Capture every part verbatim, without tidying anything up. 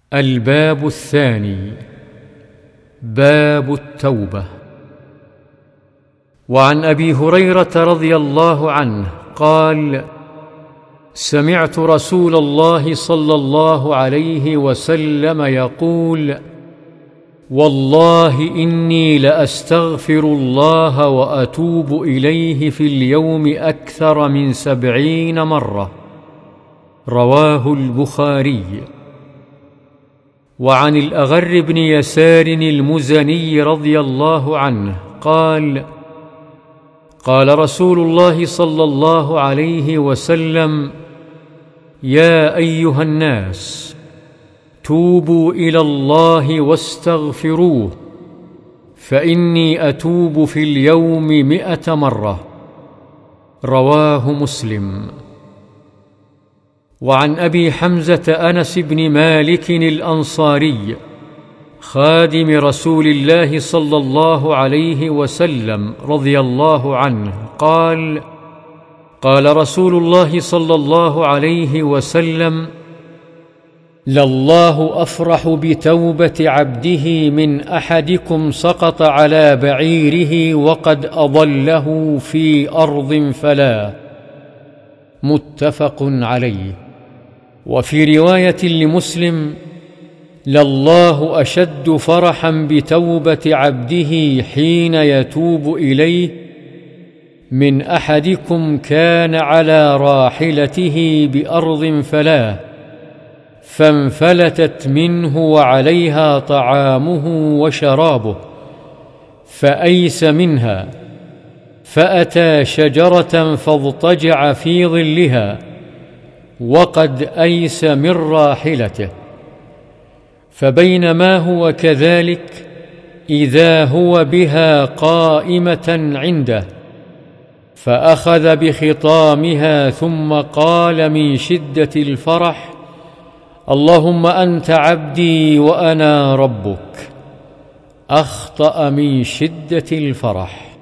الباب الثاني، باب التوبة. وعن أبي هريرة رضي الله عنه قال: سمعت رسول الله صلى الله عليه وسلم يقول: والله إني لأستغفر الله وأتوب إليه في اليوم أكثر من سبعين مرة. رواه البخاري. وعن الأغر بن يسار المزني رضي الله عنه قال: قال رسول الله صلى الله عليه وسلم: يا أيها الناس، توبوا إلى الله واستغفروه، فإني أتوب في اليوم مئة مرة. رواه مسلم. وعن أبي حمزة أنس بن مالك الأنصاري خادم رسول الله صلى الله عليه وسلم رضي الله عنه قال: قال رسول الله صلى الله عليه وسلم: لله أفرح بتوبة عبده من أحدكم سقط على بعيره وقد أضله في أرض فلا. متفق عليه. وفي رواية لمسلم: لله أشد فرحا بتوبة عبده حين يتوب إليه من أحدكم كان على راحلته بأرض فلاه فانفلتت منه وعليها طعامه وشرابه فأيس منها، فأتى شجرة فاضطجع في ظلها وقد أيس من راحلته، فبينما هو كذلك إذا هو بها قائمة عنده، فأخذ بخطامها ثم قال من شدة الفرح: اللهم أنت عبدي وأنا ربك. أخطأ من شدة الفرح.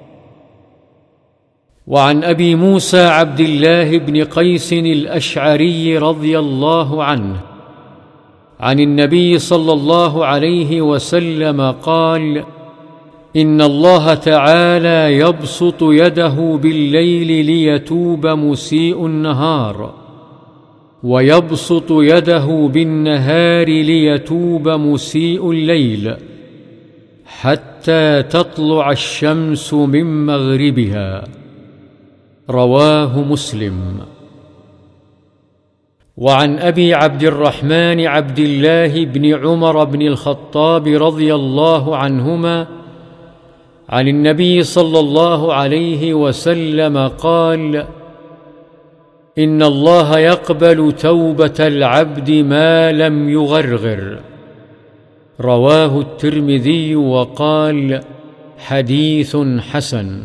وعن أبي موسى عبد الله بن قيس الأشعري رضي الله عنه عن النبي صلى الله عليه وسلم قال: إن الله تعالى يبسط يده بالليل ليتوب مسيء النهار، ويبسط يده بالنهار ليتوب مسيء الليل، حتى تطلع الشمس من مغربها. رواه مسلم. وعن أبي عبد الرحمن عبد الله بن عمر بن الخطاب رضي الله عنهما عن النبي صلى الله عليه وسلم قال: إن الله يقبل توبة العبد ما لم يغرغر. رواه الترمذي وقال: حديث حسن.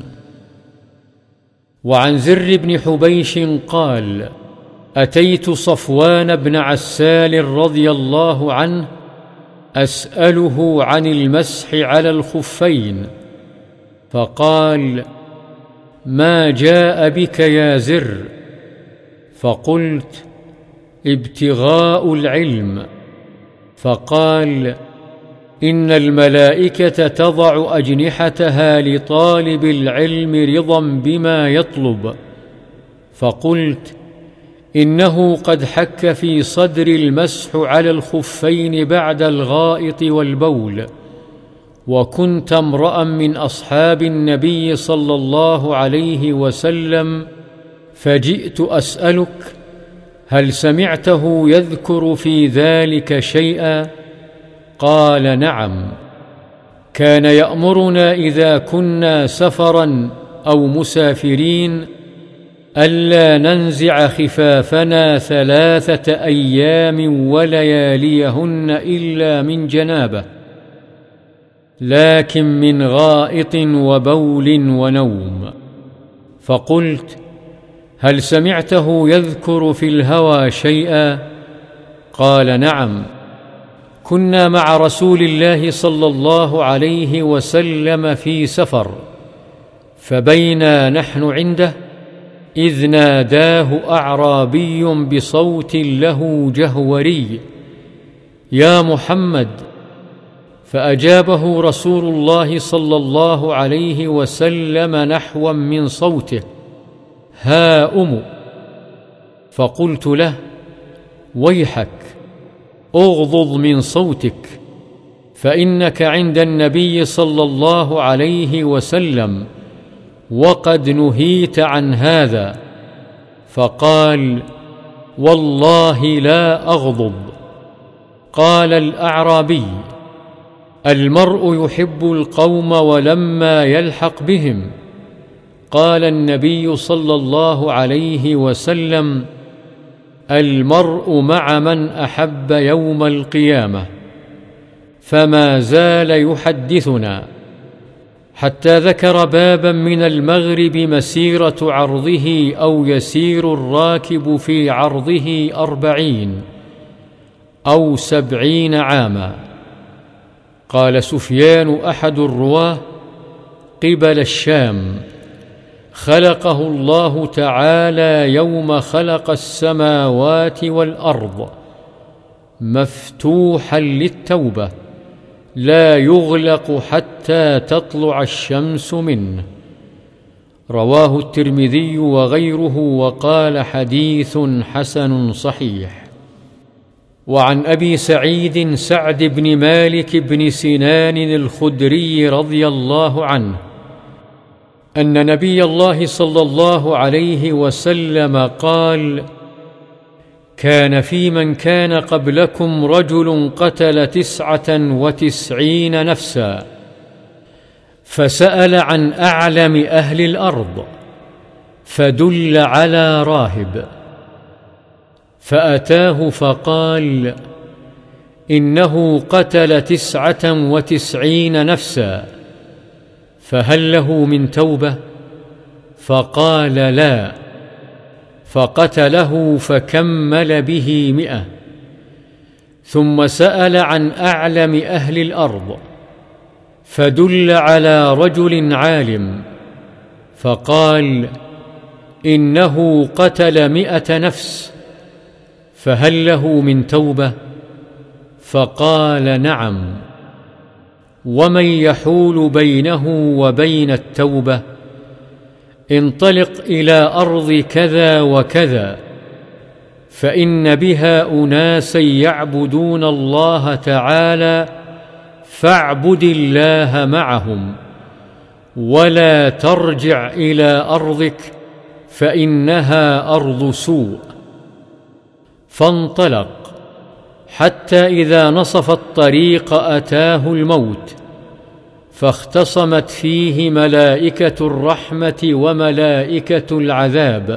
وعن زر بن حبيش قال: أتيت صفوان بن عسال رضي الله عنه أسأله عن المسح على الخفين، فقال: ما جاء بك يا زر؟ فقلت: ابتغاء العلم. فقال: إن الملائكة تضع أجنحتها لطالب العلم رضا بما يطلب. فقلت: إنه قد حك في صدر المسح على الخفين بعد الغائط والبول، وكنت امرأ من أصحاب النبي صلى الله عليه وسلم، فجئت أسألك: هل سمعته يذكر في ذلك شيئا؟ قال: نعم، كان يأمرنا إذا كنا سفرا أو مسافرين ألا ننزع خفافنا ثلاثة أيام ولياليهن إلا من جنابة، لكن من غائط وبول ونوم. فقلت: هل سمعته يذكر في الهوى شيئا؟ قال: نعم، كنا مع رسول الله صلى الله عليه وسلم في سفر، فبينا نحن عنده إذ ناداه أعرابي بصوت له جهوري: يا محمد. فأجابه رسول الله صلى الله عليه وسلم نحوا من صوته: ها أم. فقلت له: ويحك، اغضض من صوتك، فإنك عند النبي صلى الله عليه وسلم وقد نهيت عن هذا. فقال: والله لا أغضب. قال الأعرابي: المرء يحب القوم ولما يلحق بهم. قال النبي صلى الله عليه وسلم: المرء مع من أحب يوم القيامة. فما زال يحدثنا حتى ذكر بابا من المغرب مسيرة عرضه أو يسير الراكب في عرضه أربعين أو سبعين عاما. قال سفيان أحد الرواه: قبل الشام. خلقه الله تعالى يوم خلق السماوات والأرض، مفتوحا للتوبة، لا يغلق حتى تطلع الشمس منه. رواه الترمذي وغيره وقال: حديث حسن صحيح. وعن أبي سعيد سعد بن مالك بن سنان الخدري رضي الله عنه أن نبي الله صلى الله عليه وسلم قال: كان في من كان قبلكم رجل قتل تسعة وتسعين نفسا، فسأل عن أعلم أهل الأرض، فدل على راهب، فأتاه فقال: إنه قتل تسعة وتسعين نفسا، فهل له من توبة؟ فقال: لا. فقتله فكمل به مئة. ثم سأل عن أعلم أهل الأرض، فدل على رجل عالم، فقال: إنه قتل مئة نفس، فهل له من توبة؟ فقال: نعم. ومن يحول بينه وبين التوبة؟ انطلق إلى أرض كذا وكذا، فإن بها أناسا يعبدون الله تعالى، فاعبد الله معهم، ولا ترجع إلى أرضك، فإنها أرض سوء. فانطلق حتى إذا نصف الطريق أتاه الموت، فاختصمت فيه ملائكة الرحمة وملائكة العذاب.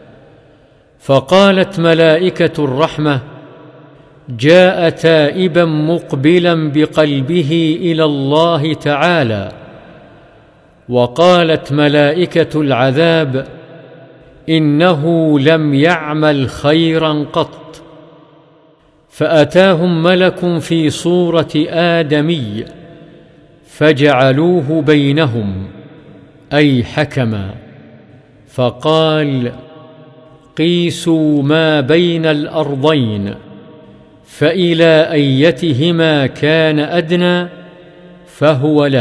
فقالت ملائكة الرحمة: جاء تائبا مقبلا بقلبه إلى الله تعالى. وقالت ملائكة العذاب: إنه لم يعمل خيرا قط. فأتاهم ملك في صورة آدمي، فجعلوه بينهم، أي حكما، فقال: قيسوا ما بين الأرضين، فإلى أيتهما كان أدنى فهو له.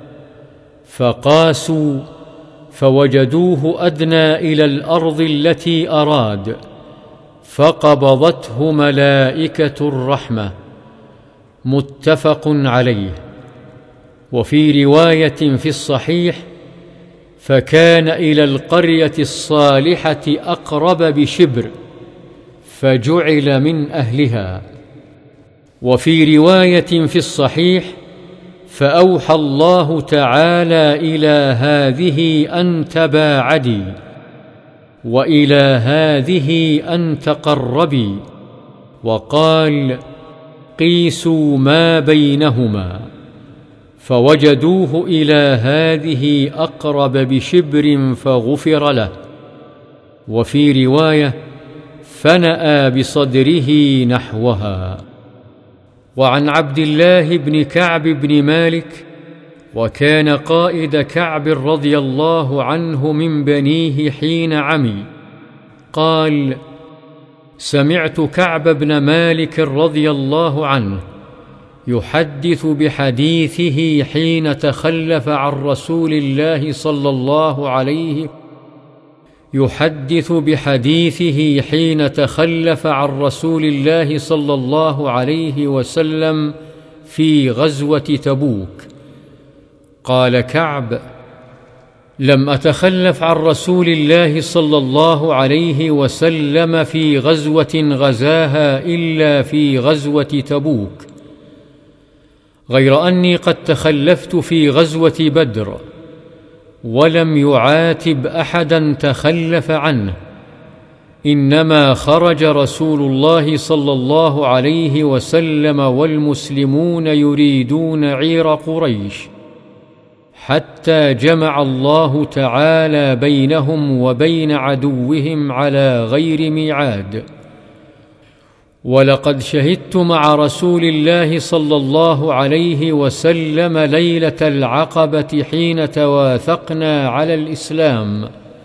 فقاسوا فوجدوه أدنى إلى الأرض التي أراد، فقبضته ملائكة الرحمة. متفق عليه. وفي رواية في الصحيح: فكان إلى القرية الصالحة أقرب بشبر، فجعل من أهلها. وفي رواية في الصحيح: فأوحى الله تعالى إلى هذه أن تباعدي، وإلى هذه أن تقربي، وقال: قيسوا ما بينهما، فوجدوه إلى هذه أقرب بشبر فغفر له. وفي رواية: فنأى بصدره نحوها. وعن عبد الله بن كعب بن مالك، وكان قائد كعب رضي الله عنه من بنيه حين عمي، قال: سمعت كعب بن مالك رضي الله عنه يحدث بحديثه حين تخلف عن رسول الله صلى الله عليه يحدث بحديثه حين تخلف عن رسول الله صلى الله عليه وسلم في غزوة تبوك. قال كعب: لم أتخلف عن رسول الله صلى الله عليه وسلم في غزوة غزاها إلا في غزوة تبوك، غير أني قد تخلفت في غزوة بدر، ولم يعاتب أحدا تخلف عنه، إنما خرج رسول الله صلى الله عليه وسلم والمسلمون يريدون عير قريش، حتى جمع الله تعالى بينهم وبين عدوهم على غير ميعاد. ولقد شهدت مع رسول الله صلى الله عليه وسلم ليلة العقبة حين تواثقنا على الإسلام،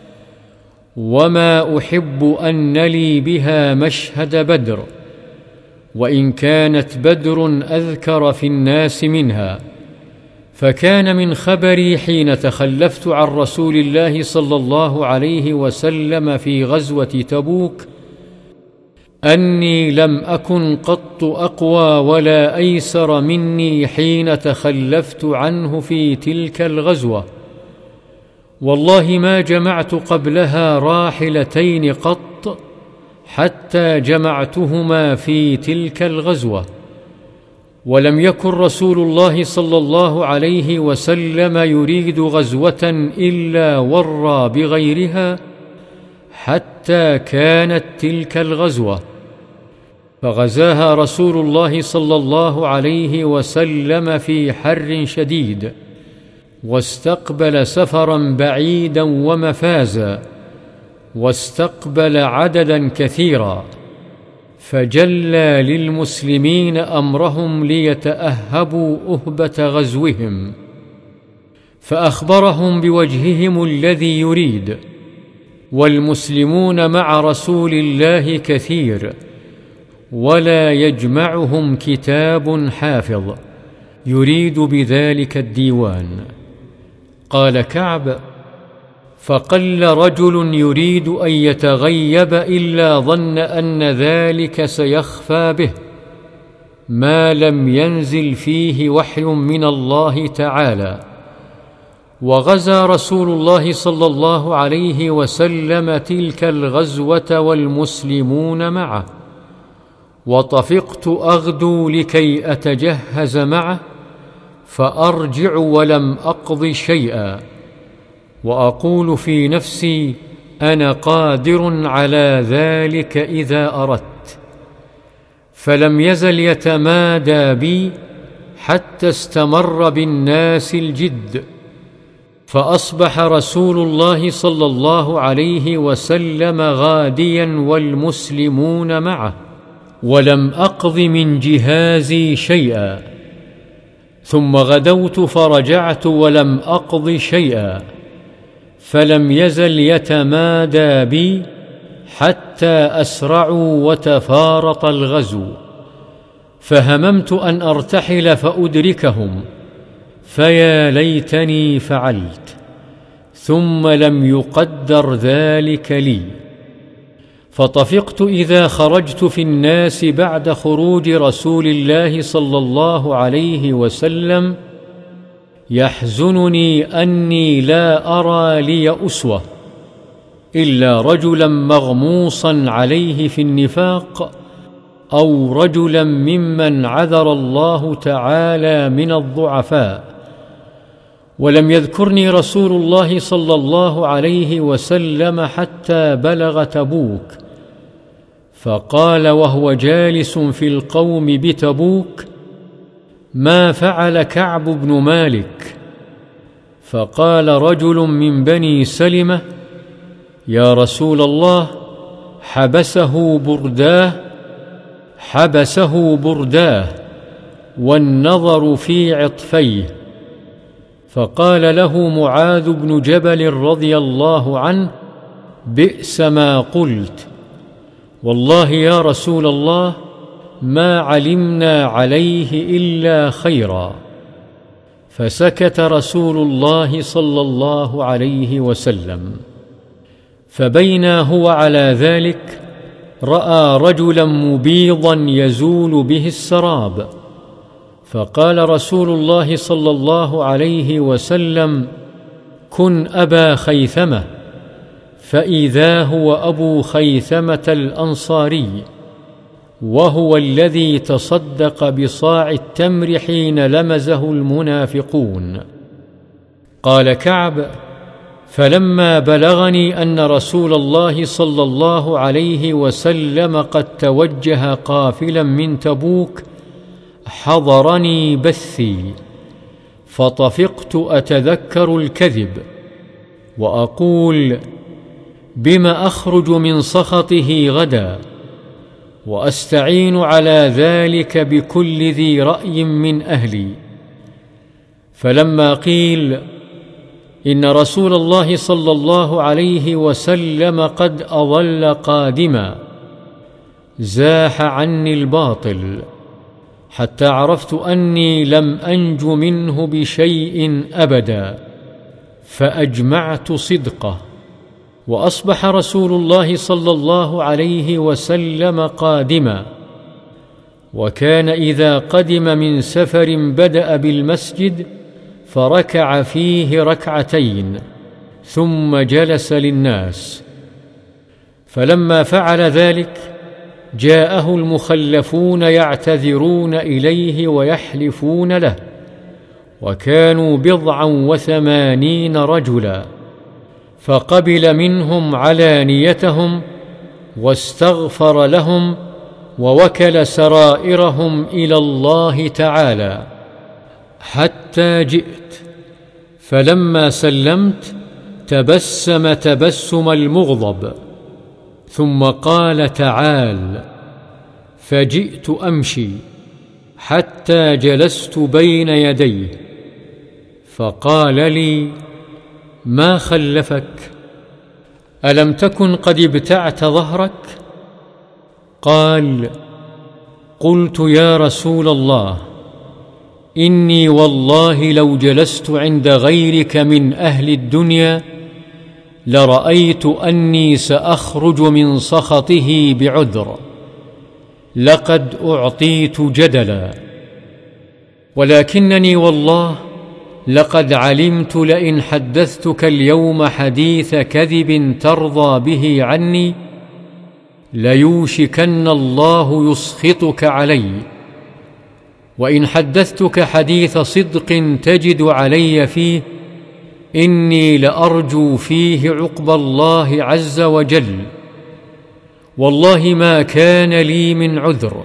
وما أحب أن لي بها مشهد بدر، وإن كانت بدر أذكر في الناس منها. فكان من خبري حين تخلفت عن رسول الله صلى الله عليه وسلم في غزوة تبوك أني لم أكن قط أقوى ولا أيسر مني حين تخلفت عنه في تلك الغزوة، والله ما جمعت قبلها راحلتين قط حتى جمعتهما في تلك الغزوة. ولم يكن رسول الله صلى الله عليه وسلم يريد غزوة إلا ورى بغيرها حتى كانت تلك الغزوة، فغزاها رسول الله صلى الله عليه وسلم في حر شديد، واستقبل سفرا بعيدا ومفازا، واستقبل عددا كثيرا، فجلى للمسلمين أمرهم ليتأهبوا أهبة غزوهم، فأخبرهم بوجههم الذي يريد. والمسلمون مع رسول الله كثير، ولا يجمعهم كتاب حافظ يريد بذلك الديوان. قال كعب: فقل رجل يريد أن يتغيب إلا ظن أن ذلك سيخفى به، ما لم ينزل فيه وحي من الله تعالى. وغزا رسول الله صلى الله عليه وسلم تلك الغزوة والمسلمون معه، وطفقت أغدو لكي أتجهز معه، فأرجع ولم أقض شيئا، وأقول في نفسي: أنا قادر على ذلك إذا أردت. فلم يزل يتمادى بي حتى استمر بالناس الجد، فأصبح رسول الله صلى الله عليه وسلم غاديا والمسلمون معه، ولم أقض من جهازي شيئا. ثم غدوت فرجعت ولم أقض شيئا، فلم يزل يتمادى بي حتى أسرعوا وتفارق الغزو، فهممت أن أرتحل فأدركهم، فيا ليتني فعلت، ثم لم يقدر ذلك لي. فطفقت إذا خرجت في الناس بعد خروج رسول الله صلى الله عليه وسلم يحزنني أني لا أرى لي أسوة إلا رجلا مغموصا عليه في النفاق، أو رجلا ممن عذر الله تعالى من الضعفاء. ولم يذكرني رسول الله صلى الله عليه وسلم حتى بلغ تبوك، فقال وهو جالس في القوم بتبوك: ما فعل كعب بن مالك؟ فقال رجل من بني سلمة: يا رسول الله، حبسه برداه حبسه برداه والنظر في عطفيه. فقال له معاذ بن جبل رضي الله عنه: بئس ما قلت، والله يا رسول الله ما علمنا عليه إلا خيرا. فسكت رسول الله صلى الله عليه وسلم. فبينا هو على ذلك رأى رجلا مبيضا يزول به السراب، فقال رسول الله صلى الله عليه وسلم: كن أبا خيثمة. فإذا هو أبو خيثمة الأنصاري، وهو الذي تصدق بصاع التمر حين لمزه المنافقون. قال كعب: فلما بلغني أن رسول الله صلى الله عليه وسلم قد توجه قافلا من تبوك حضرني بثي، فطفقت أتذكر الكذب وأقول: بما أخرج من سخطه غدا، وأستعين على ذلك بكل ذي رأي من أهلي. فلما قيل إن رسول الله صلى الله عليه وسلم قد أظل قادما، زاح عني الباطل حتى عرفت أني لم أنج منه بشيء أبدا، فأجمعت صدقه. وأصبح رسول الله صلى الله عليه وسلم قادما، وكان إذا قدم من سفر بدأ بالمسجد فركع فيه ركعتين ثم جلس للناس. فلما فعل ذلك جاءه المخلفون يعتذرون إليه ويحلفون له، وكانوا بضعا وثمانين رجلا، فقبل منهم علانيتهم واستغفر لهم ووكل سرائرهم إلى الله تعالى، حتى جئت. فلما سلمت تبسم تبسم المغضب، ثم قال: تعال. فجئت أمشي حتى جلست بين يديه، فقال لي: ما خلفك؟ ألم تكن قد ابتعت ظهرك؟ قال: قلت: يا رسول الله، إني والله لو جلست عند غيرك من أهل الدنيا لرأيت أني سأخرج من سخطه بعذر، لقد أعطيت جدلا، ولكنني والله لقد علمت لئن حدثتك اليوم حديث كذب ترضى به عني ليوشكن الله يسخطك علي، وإن حدثتك حديث صدق تجد علي فيه إني لأرجو فيه عقب الله عز وجل. والله ما كان لي من عذر،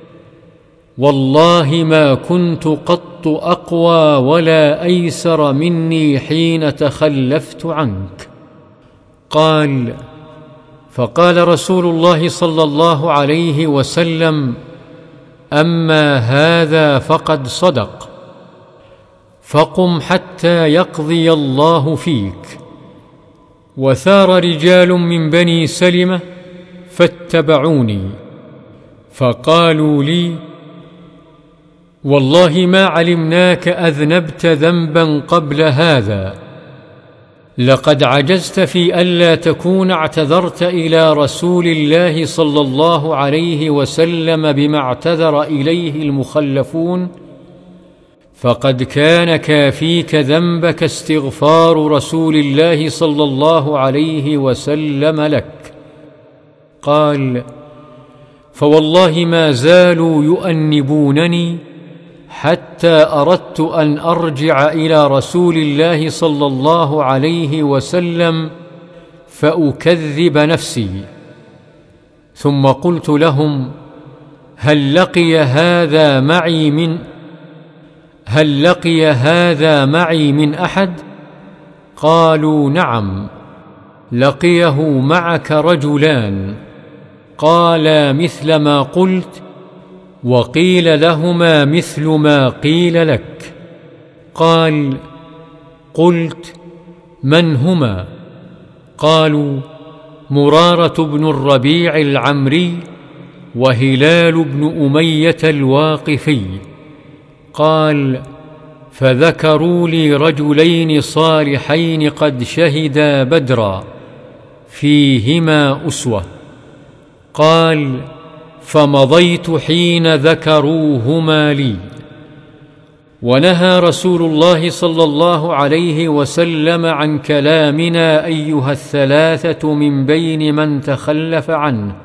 والله ما كنت قط أقوى ولا أيسر مني حين تخلفت عنك. قال: فقال رسول الله صلى الله عليه وسلم: أما هذا فقد صدق، فقم حتى يقضي الله فيك. وثار رجال من بني سلمة فاتبعوني، فقالوا لي: والله ما علمناك أذنبت ذنبا قبل هذا، لقد عجزت في ألا تكون اعتذرت إلى رسول الله صلى الله عليه وسلم بما اعتذر إليه المخلفون، فقد كان كافيك ذنبك استغفار رسول الله صلى الله عليه وسلم لك. قال: فوالله ما زالوا يؤنبونني حتى أردت أن أرجع إلى رسول الله صلى الله عليه وسلم فأكذب نفسي. ثم قلت لهم: هل لقي هذا معي من هل لقي هذا معي من أحد؟ قالوا: نعم، لقيه معك رجلان قالا مثل ما قلت، وقيل لهما مثل ما قيل لك. قال: قلت: من هما؟ قالوا: مرارة بن الربيع العمري وهلال بن أمية الواقفي. قال: فذكروا لي رجلين صالحين قد شهدا بدرا فيهما أسوة. قال: فمضيت حين ذكروهما لي. ونهى رسول الله صلى الله عليه وسلم عن كلامنا أيها الثلاثة من بين من تخلف عنه.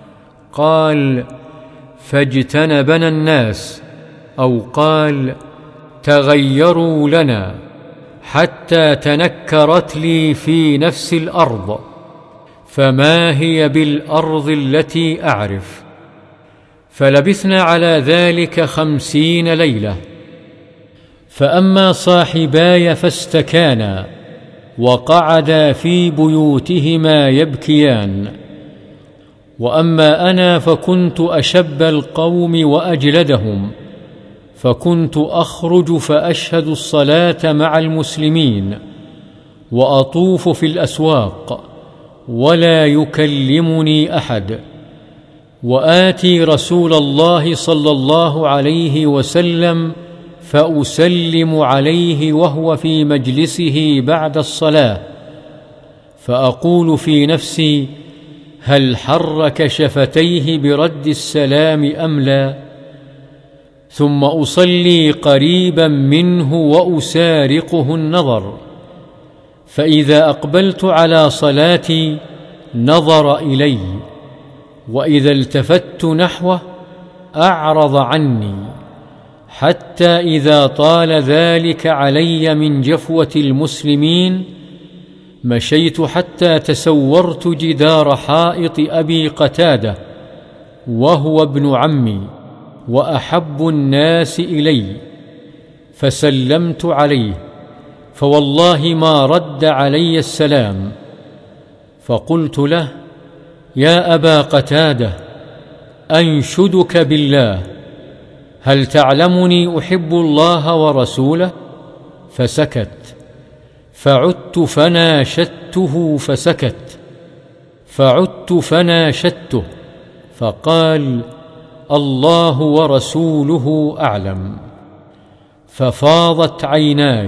قال: فاجتنبنا الناس، أو قال: تغيروا لنا، حتى تنكرت لي في نفس الأرض، فما هي بالأرض التي أعرف. فلبثنا على ذلك خمسين ليلة. فأما صاحباي فاستكانا وقعدا في بيوتهما يبكيان، وأما أنا فكنت أشب القوم وأجلدهم، فكنت أخرج فأشهد الصلاة مع المسلمين وأطوف في الأسواق ولا يكلمني أحد، وآتي رسول الله صلى الله عليه وسلم فأسلم عليه وهو في مجلسه بعد الصلاة، فأقول في نفسي: هل حرك شفتيه برد السلام أم لا؟ ثم أصلي قريبا منه وأسارقه النظر، فإذا أقبلت على صلاتي نظر إلي، وإذا التفت نحوه أعرض عني، حتى إذا طال ذلك علي من جفوة المسلمين مشيت حتى تسورت جدار حائط أبي قتادة، وهو ابن عمي وأحب الناس إلي، فسلمت عليه، فوالله ما رد علي السلام. فقلت له: يا أبا قتادة، أنشدك بالله، هل تعلمني أحب الله ورسوله؟ فسكت. فعدت فناشدته فسكت. فعدت فناشدته فقال: الله ورسوله أعلم. ففاضت عيناي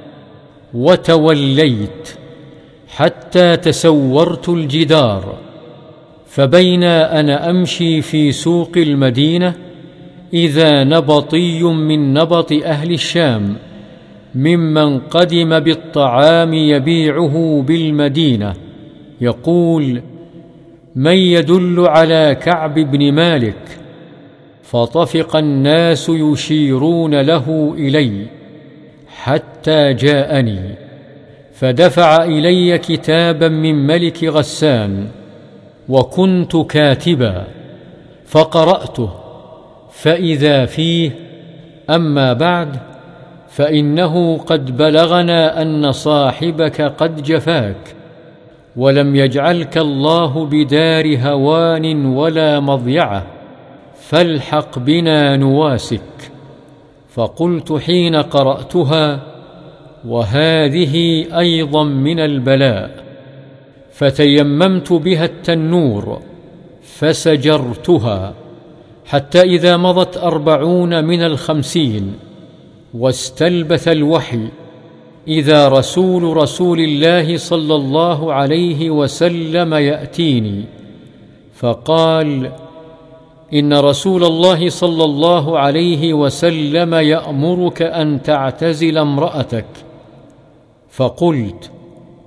وتوليت حتى تسورت الجدار، فبينا أنا أمشي في سوق المدينة إذا نبطي من نبط أهل الشام ممن قدم بالطعام يبيعه بالمدينة يقول: من يدل على كعب بن مالك؟ فطفق الناس يشيرون له إلي حتى جاءني، فدفع إلي كتابا من ملك غسان، وكنت كاتبا، فقرأته، فإذا فيه: أما بعد، فإنه قد بلغنا أن صاحبك قد جفاك، ولم يجعلك الله بدار هوان ولا مضيعة، فالحق بنا نواسك. فقلت حين قرأتها: وهذه أيضا من البلاء، فتيممت بها التنور فسجرتها، حتى إذا مضت أربعون من الخمسين واستلبث الوحي، إذا رسول رسول الله صلى الله عليه وسلم يأتيني فقال: إن رسول الله صلى الله عليه وسلم يأمرك أن تعتزل امرأتك. فقلت: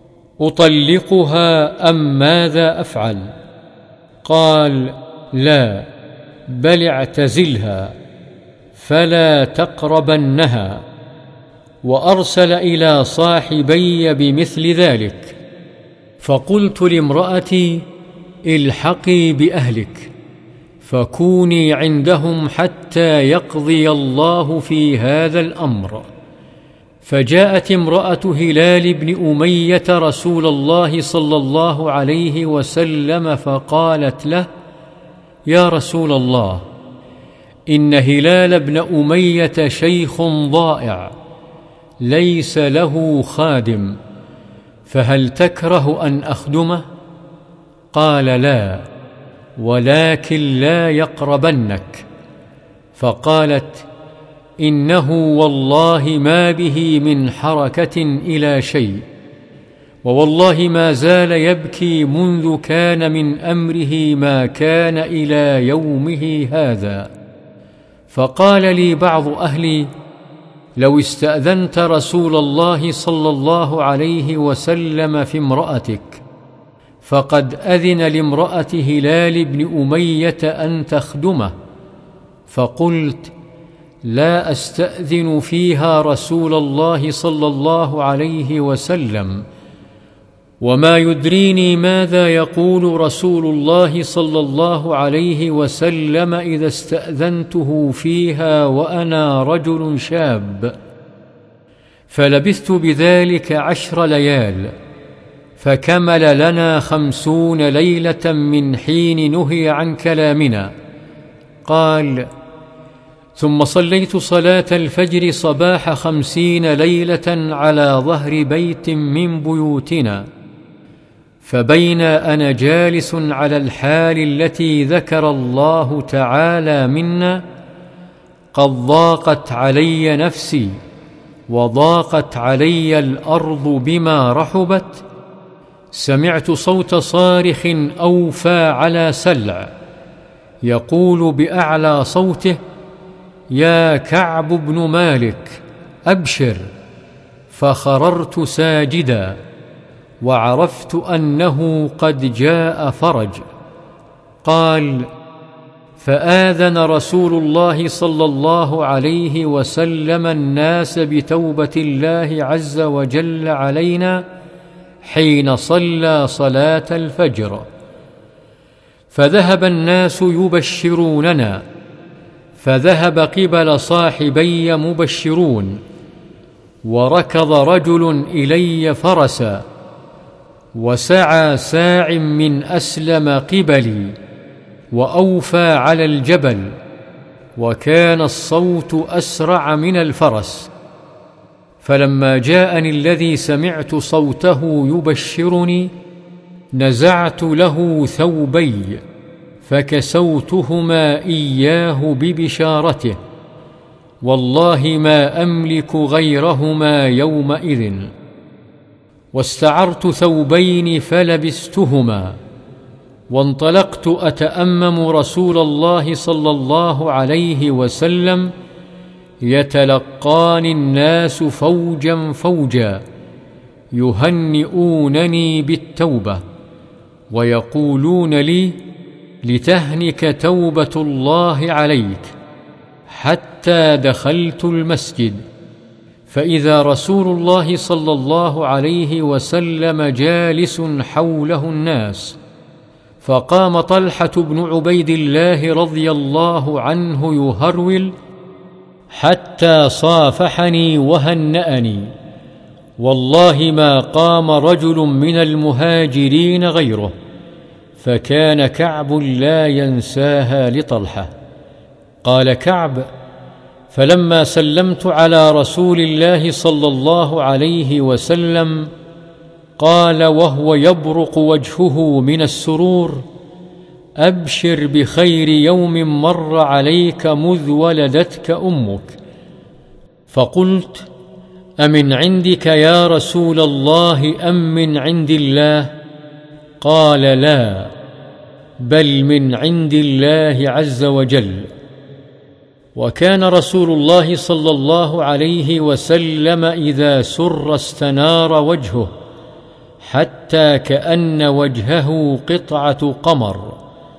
أطلقها أم ماذا أفعل؟ قال: لا، بل اعتزلها فلا تقربنها. وأرسل إلى صاحبي بمثل ذلك. فقلت لامرأتي: الحقي بأهلك، فكوني عندهم حتى يقضي الله في هذا الأمر. فجاءت امرأة هلال بن أمية رسول الله صلى الله عليه وسلم فقالت له: يا رسول الله، إن هلال بن أمية شيخ ضائع ليس له خادم، فهل تكره أن أخدمه؟ قال: لا، ولكن لا يقربنك. فقالت: إنه والله ما به من حركة إلى شيء، ووالله ما زال يبكي منذ كان من أمره ما كان إلى يومه هذا. فقال لي بعض أهلي: لو استأذنت رسول الله صلى الله عليه وسلم في امرأتك، فقد أذن لامرأة هلال بن أمية أن تخدمه. فقلت: لا أستأذن فيها رسول الله صلى الله عليه وسلم، وما يدريني ماذا يقول رسول الله صلى الله عليه وسلم إذا استأذنته فيها وأنا رجل شاب. فلبثت بذلك عشر ليال، فكمل لنا خمسون ليلة من حين نهي عن كلامنا. قال: ثم صليت صلاة الفجر صباح خمسين ليلة على ظهر بيت من بيوتنا، فبين أنا جالس على الحال التي ذكر الله تعالى منا، قد ضاقت علي نفسي وضاقت علي الأرض بما رحبت، سمعت صوت صارخ أوفى على سلع يقول بأعلى صوته: يا كعب بن مالك، أبشر. فخررت ساجدا، وعرفت أنه قد جاء فرج. قال: فآذن رسول الله صلى الله عليه وسلم الناس بتوبة الله عز وجل علينا حين صلى صلاة الفجر، فذهب الناس يبشروننا، فذهب قبل صاحبي مبشرون، وركض رجل إلي فرسا، وسعى ساع من أسلم قبلي، وأوفى على الجبل، وكان الصوت أسرع من الفرس. فلما جاءني الذي سمعت صوته يبشرني، نزعت له ثوبي فكسوتهما إياه ببشارته، والله ما أملك غيرهما يومئذ. واستعرت ثوبين فلبستهما، وانطلقت أتأمم رسول الله صلى الله عليه وسلم يتلقاني الناس فوجا فوجا، يهنئونني بالتوبة ويقولون لي: لتهنك توبة الله عليك. حتى دخلت المسجد، فإذا رسول الله صلى الله عليه وسلم جالس حوله الناس، فقام طلحة بن عبيد الله رضي الله عنه يهرول حتى صافحني وهنأني، والله ما قام رجل من المهاجرين غيره، فكان كعب لا ينساها لطلحة. قال كعب: فلما سلمت على رسول الله صلى الله عليه وسلم، قال وهو يبرق وجهه من السرور: أبشر بخير يوم مر عليك مذ ولدتك أمك. فقلت: أمن عندك يا رسول الله أم من عند الله؟ قال: لا، بل من عند الله عز وجل. وكان رسول الله صلى الله عليه وسلم إذا سر استنار وجهه، حتى كأن وجهه قطعة قمر،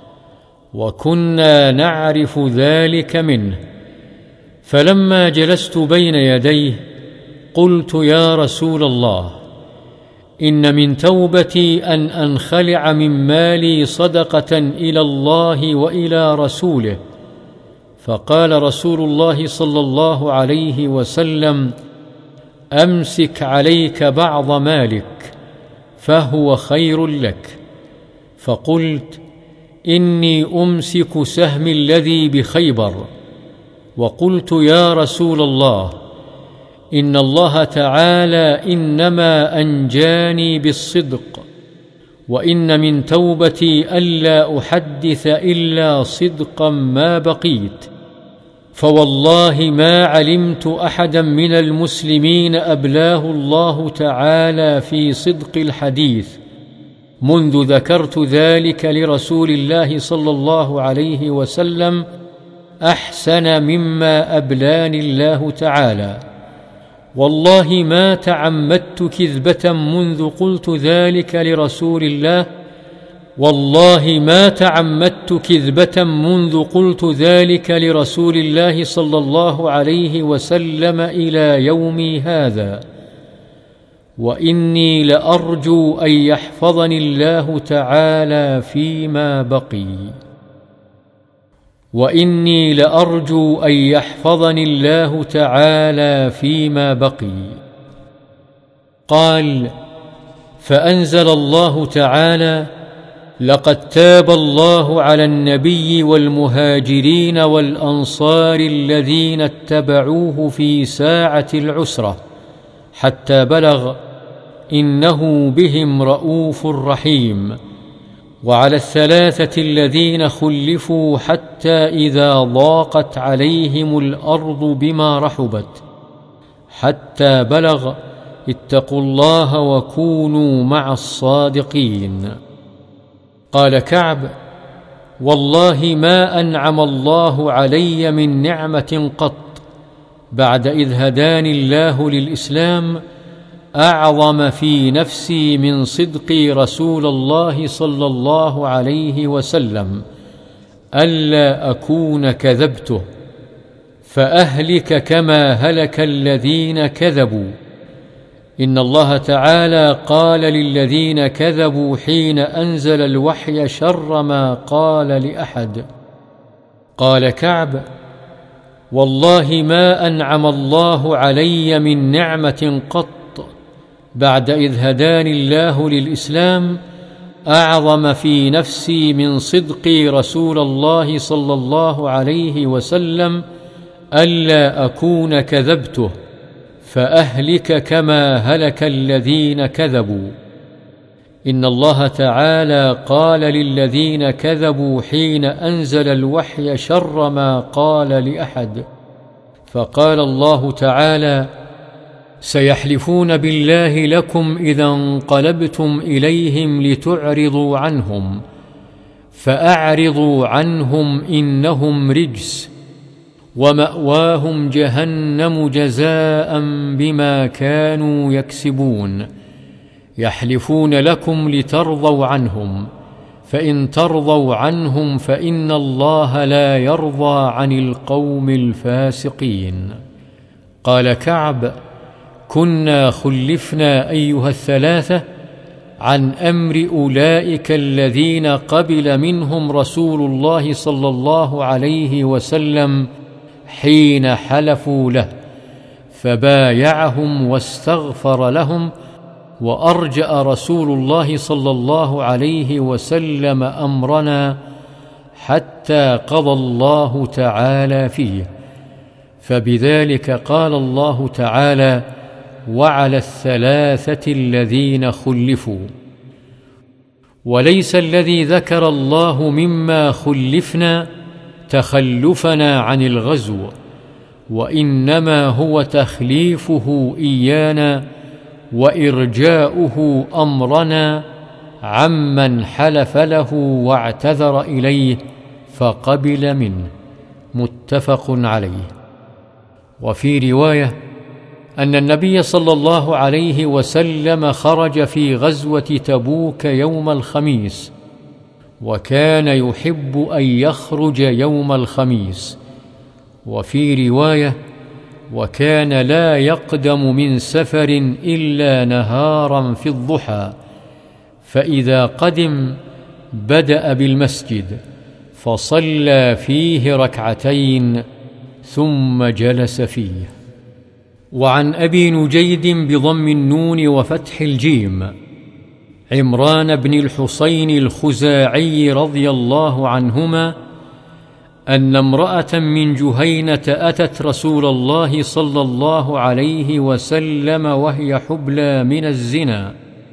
وكنا نعرف ذلك منه. فلما جلست بين يديه قلت: يا رسول الله، إن من توبتي أن أنخلع من مالي صدقة إلى الله وإلى رسوله. فقال رسول الله صلى الله عليه وسلم: أمسك عليك بعض مالك فهو خير لك. فقلت: إني أمسك سهمي الذي بخيبر. وقلت: يا رسول الله، إن الله تعالى إنما أنجاني بالصدق، وإن من توبتي ألا أحدث إلا صدقا ما بقيت، فوالله ما علمت أحدا من المسلمين أبلاه الله تعالى في صدق الحديث منذ ذكرت ذلك لرسول الله صلى الله عليه وسلم أحسن مما أبلاني الله تعالى. والله ما تعمدت كذبة منذ قلت ذلك لرسول الله والله ما تعمدت كذبة منذ قلت ذلك لرسول الله صلى الله عليه وسلم إلى يومي هذا، وإني لأرجو أن يحفظني الله تعالى فيما بقي وإني لأرجو أن يحفظني الله تعالى فيما بقي. قال: فأنزل الله تعالى: لقد تاب الله على النبي والمهاجرين والأنصار الذين اتبعوه في ساعة العسرة حتى بلغ إنه بهم رءوف رحيم، وعلى الثلاثة الذين خلفوا حتى إذا ضاقت عليهم الأرض بما رحبت حتى بلغ اتقوا الله وكونوا مع الصادقين. قال كعب: والله ما أنعم الله علي من نعمة قط بعد إذ هداني الله للإسلام أعظم في نفسي من صدقي رسول الله صلى الله عليه وسلم ألا أكون كذبته فأهلك كما هلك الذين كذبوا. إن الله تعالى قال للذين كذبوا حين أنزل الوحي شر ما قال لأحد. قال كعب: والله ما أنعم الله علي من نعمة قط بعد إذ هداني الله للإسلام أعظم في نفسي من صدقي رسول الله صلى الله عليه وسلم ألا أكون كذبته فأهلك كما هلك الذين كذبوا. إن الله تعالى قال للذين كذبوا حين أنزل الوحي شر ما قال لأحد. فقال الله تعالى: سيحلفون بالله لكم إذا انقلبتم إليهم لتعرضوا عنهم فأعرضوا عنهم إنهم رجس ومأواهم جهنم جزاء بما كانوا يكسبون. يحلفون لكم لترضوا عنهم فإن ترضوا عنهم فإن الله لا يرضى عن القوم الفاسقين. قال كعب: كنا خلفنا أيها الثلاثة عن أمر أولئك الذين قبل منهم رسول الله صلى الله عليه وسلم حين حلفوا له فبايعهم واستغفر لهم، وأرجأ رسول الله صلى الله عليه وسلم أمرنا حتى قضى الله تعالى فيه. فبذلك قال الله تعالى: وعلى الثلاثة الذين خلفوا. وليس الذي ذكر الله مما خلفنا تخلفنا عن الغزو، وإنما هو تخليفه إيانا وإرجاؤه أمرنا عمن حلف له واعتذر إليه فقبل منه. متفق عليه. وفي رواية أن النبي صلى الله عليه وسلم خرج في غزوة تبوك يوم الخميس، وكان يحب أن يخرج يوم الخميس. وفي رواية: وكان لا يقدم من سفر إلا نهارا في الضحى، فإذا قدم بدأ بالمسجد فصلى فيه ركعتين ثم جلس فيه. وعن أبي نجيد بضم النون وفتح الجيم عمران بن الحصين الخزاعي رضي الله عنهما أن امرأة من جهينة أتت رسول الله صلى الله عليه وسلم وهي حبلى من الزنا،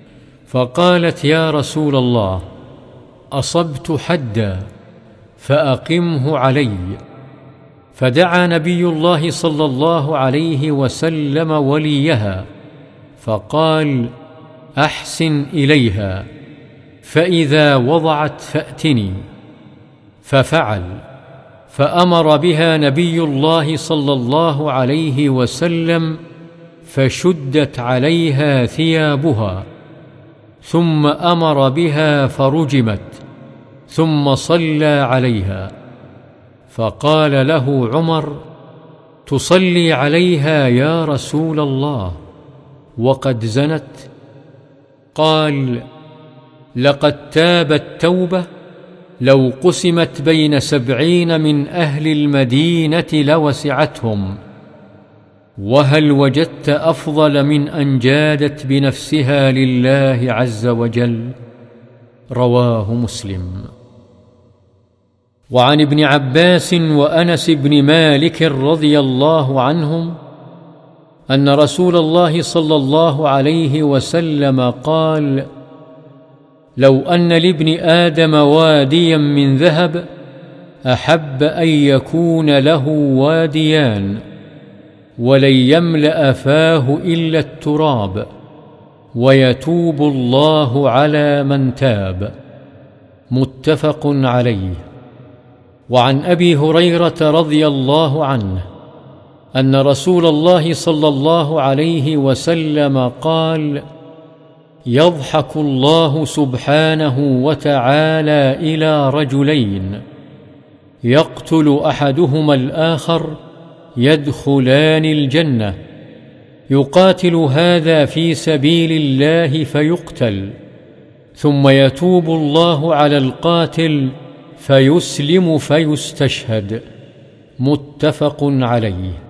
فقالت: يا رسول الله، أصبت حدا فأقمه علي. فدعا نبي الله صلى الله عليه وسلم وليها فقال: أحسن إليها، فإذا وضعت فأتني. ففعل، فأمر بها نبي الله صلى الله عليه وسلم فشدت عليها ثيابها، ثم أمر بها فرجمت، ثم صلى عليها. فقال له عمر: تصلي عليها يا رسول الله وقد زنت؟ قال: لقد تابت توبة لو قسمت بين سبعين من أهل المدينة لوسعتهم، وهل وجدت أفضل من أن جادت بنفسها لله عز وجل؟ رواه مسلم. وعن ابن عباس وأنس بن مالك رضي الله عنهم أن رسول الله صلى الله عليه وسلم قال: لو أن لابن آدم واديا من ذهب أحب أن يكون له واديان، ولن يملأ فاه إلا التراب، ويتوب الله على من تاب. متفق عليه. وعن أبي هريرة رضي الله عنه أن رسول الله صلى الله عليه وسلم قال: يضحك الله سبحانه وتعالى إلى رجلين يقتل أحدهما الآخر يدخلان الجنة، يقاتل هذا في سبيل الله فيقتل، ثم يتوب الله على القاتل فيسلم فيستشهد. متفق عليه.